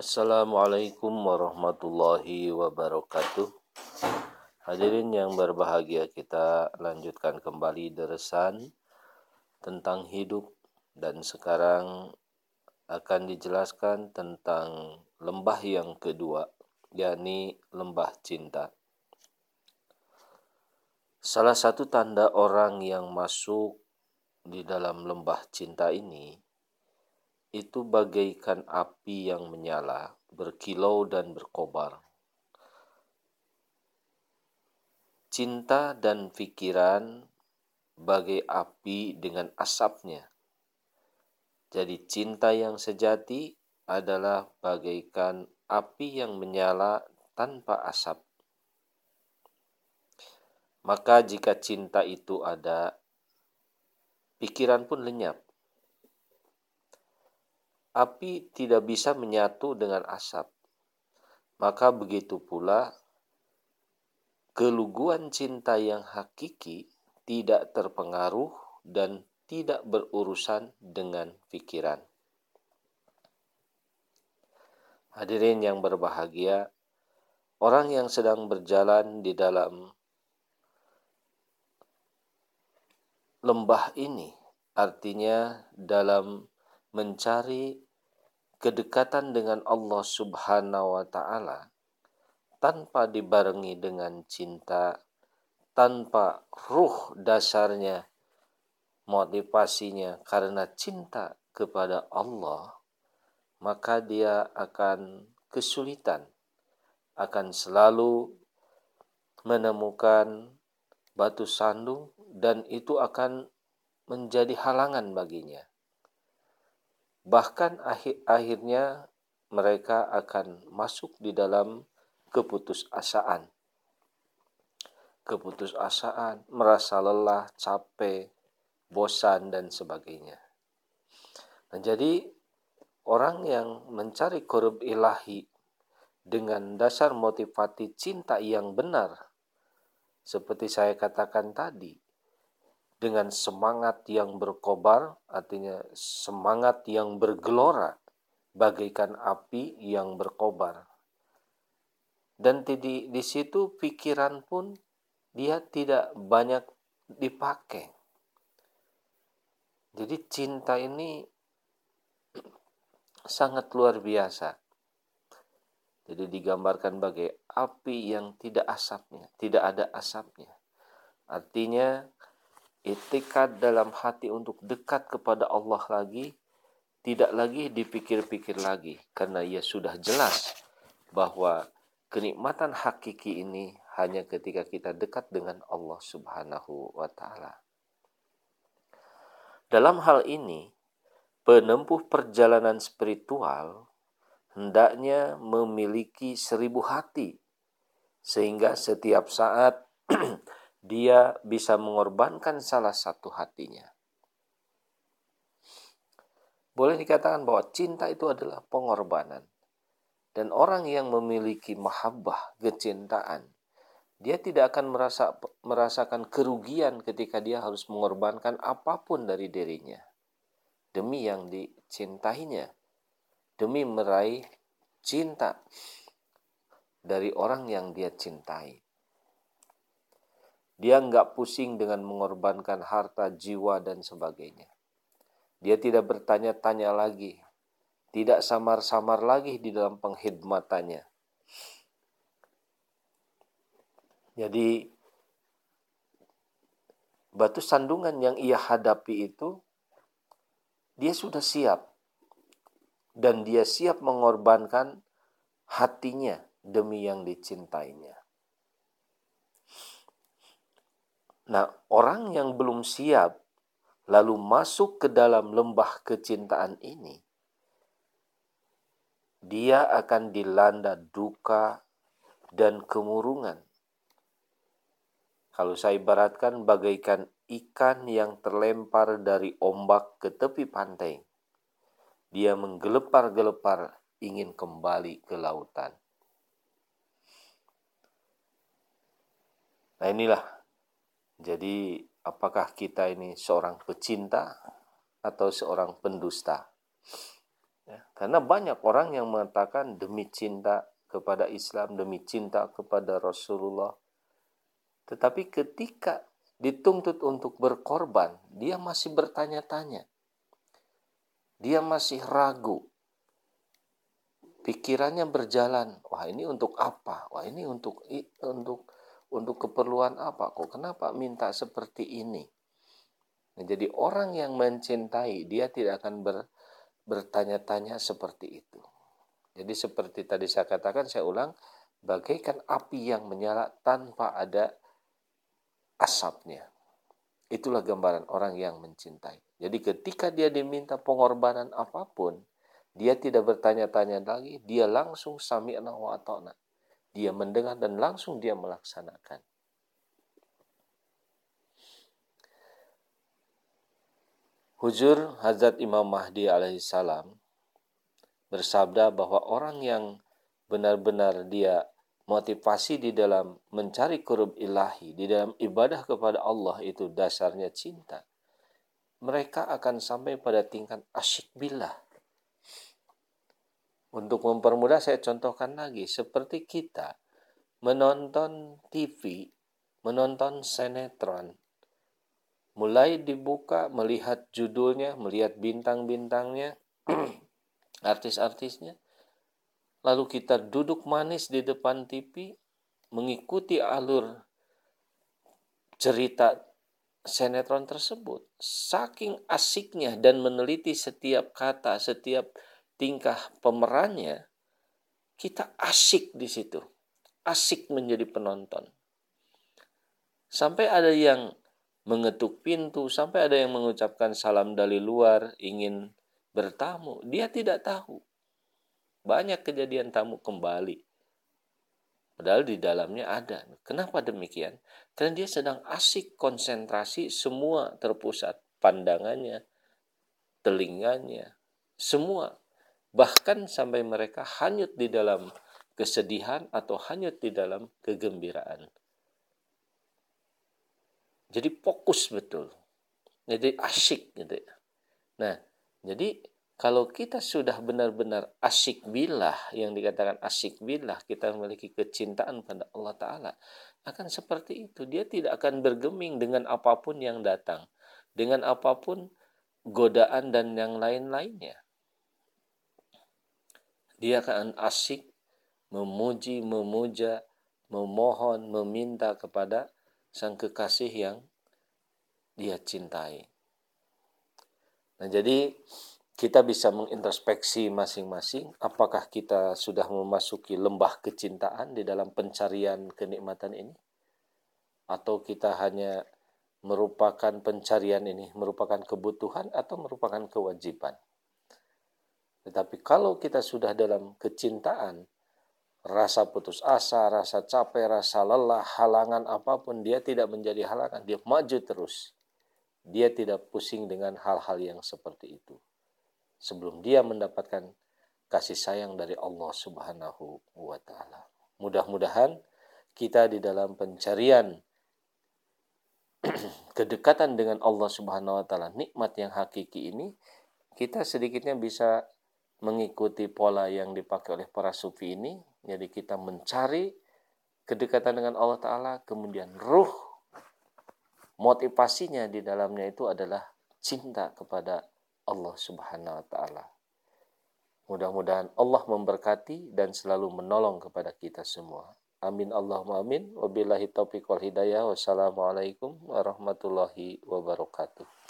Assalamualaikum warahmatullahi wabarakatuh. Hadirin yang berbahagia, kita lanjutkan kembali deresan tentang hidup, dan sekarang akan dijelaskan tentang lembah yang kedua, yakni lembah cinta. Salah satu tanda orang yang masuk di dalam lembah cinta ini itu bagaikan api yang menyala, berkilau dan berkobar. Cinta dan pikiran bagai api dengan asapnya. Jadi cinta yang sejati adalah bagaikan api yang menyala tanpa asap. Maka jika cinta itu ada, pikiran pun lenyap. Api tidak bisa menyatu dengan asap. Maka begitu pula keluguan cinta yang hakiki tidak terpengaruh dan tidak berurusan dengan pikiran. Hadirin yang berbahagia, orang yang sedang berjalan di dalam lembah ini, artinya dalam mencari kedekatan dengan Allah Subhanahu wa Ta'ala, tanpa dibarengi dengan cinta, tanpa ruh dasarnya, motivasinya karena cinta kepada Allah, maka dia akan kesulitan, akan selalu menemukan batu sandung, dan itu akan menjadi halangan baginya. Bahkan akhirnya mereka akan masuk di dalam keputusasaan, merasa lelah, capek, bosan, dan sebagainya. Nah, jadi orang yang mencari qurub ilahi dengan dasar motivasi cinta yang benar, seperti saya katakan tadi, dengan semangat yang berkobar, artinya semangat yang bergelora, bagaikan api yang berkobar. Dan di situ pikiran pun dia tidak banyak dipakai. Jadi cinta ini sangat luar biasa. Jadi digambarkan bagai api yang tidak ada asapnya. Artinya itikad dalam hati untuk dekat kepada Allah lagi, tidak lagi dipikir-pikir lagi, karena ia sudah jelas bahwa kenikmatan hakiki ini hanya ketika kita dekat dengan Allah Subhanahu wa Ta'ala. Dalam hal ini, penempuh perjalanan spiritual hendaknya memiliki 1000 hati, sehingga setiap saat dia bisa mengorbankan salah satu hatinya. Boleh dikatakan bahwa cinta itu adalah pengorbanan. Dan orang yang memiliki mahabbah, kecintaan, dia tidak akan merasakan kerugian ketika dia harus mengorbankan apapun dari dirinya demi yang dicintainya, demi meraih cinta dari orang yang dia cintai. Dia nggak pusing dengan mengorbankan harta, jiwa, dan sebagainya. Dia tidak bertanya-tanya lagi, tidak samar-samar lagi di dalam pengkhidmatannya. Jadi batu sandungan yang ia hadapi itu, dia sudah siap. Dan dia siap mengorbankan hatinya demi yang dicintainya. Nah, orang yang belum siap lalu masuk ke dalam lembah kecintaan ini, dia akan dilanda duka dan kemurungan. Kalau saya ibaratkan bagaikan ikan yang terlempar dari ombak ke tepi pantai. Dia menggelepar-gelepar ingin kembali ke lautan. Nah, inilah. Jadi apakah kita ini seorang pecinta atau seorang pendusta? Ya, karena banyak orang yang mengatakan demi cinta kepada Islam, demi cinta kepada Rasulullah. Tetapi ketika dituntut untuk berkorban, dia masih bertanya-tanya. Dia masih ragu. Pikirannya berjalan, wah ini untuk apa? Wah ini untuk keperluan apa? Kok kenapa minta seperti ini? Nah, jadi orang yang mencintai, dia tidak akan bertanya-tanya seperti itu. Jadi seperti tadi saya katakan, saya ulang, bagaikan api yang menyala tanpa ada asapnya. Itulah gambaran orang yang mencintai. Jadi ketika dia diminta pengorbanan apapun, dia tidak bertanya-tanya lagi, dia langsung sami'na wa ata'na. Dia mendengar dan langsung dia melaksanakan. Huzur Hazrat Imam Mahdi alaihissalam bersabda bahwa orang yang benar-benar dia motivasi di dalam mencari qurub ilahi, di dalam ibadah kepada Allah itu dasarnya cinta, mereka akan sampai pada tingkat asyik billah. Untuk mempermudah saya contohkan lagi, seperti kita menonton TV, menonton sinetron, mulai dibuka melihat judulnya, melihat bintang-bintangnya, artis-artisnya, lalu kita duduk manis di depan TV, mengikuti alur cerita sinetron tersebut. Saking asiknya dan meneliti setiap kata, setiap tingkah pemerannya, kita asyik di situ. Asyik menjadi penonton. Sampai ada yang mengetuk pintu, sampai ada yang mengucapkan salam dari luar, ingin bertamu. Dia tidak tahu. Banyak kejadian tamu kembali. Padahal di dalamnya ada. Kenapa demikian? Karena dia sedang asyik konsentrasi, semua terpusat. Pandangannya, telinganya, semua. Bahkan sampai mereka hanyut di dalam kesedihan atau hanyut di dalam kegembiraan. Jadi fokus betul. Jadi asyik gitu. Nah, jadi kalau kita sudah benar-benar asyik billah, yang dikatakan asyik billah, kita memiliki kecintaan pada Allah Ta'ala, akan seperti itu. Dia tidak akan bergeming dengan apapun yang datang. Dengan apapun godaan dan yang lain-lainnya. Dia akan asyik memuji, memuja, memohon, meminta kepada sang kekasih yang dia cintai. Nah, jadi kita bisa mengintrospeksi masing-masing, apakah kita sudah memasuki lembah kecintaan di dalam pencarian kenikmatan ini, atau kita hanya merupakan pencarian ini merupakan kebutuhan atau merupakan kewajiban. Tetapi kalau kita sudah dalam kecintaan, rasa putus asa, rasa capek, rasa lelah, halangan apapun, dia tidak menjadi halangan, dia maju terus. Dia tidak pusing dengan hal-hal yang seperti itu. Sebelum dia mendapatkan kasih sayang dari Allah Subhanahu wa Ta'ala. Mudah-mudahan kita di dalam pencarian kedekatan dengan Allah Subhanahu wa Ta'ala, nikmat yang hakiki ini, kita sedikitnya bisa mengikuti pola yang dipakai oleh para sufi ini. Jadi kita mencari kedekatan dengan Allah Ta'ala, kemudian ruh motivasinya di dalamnya itu adalah cinta kepada Allah Subhanahu wa Ta'ala. Mudah-mudahan Allah memberkati dan selalu menolong kepada kita semua. Amin Allahumma amin. Wabillahi taufiq wal hidayah. Wassalamualaikum warahmatullahi wabarakatuh.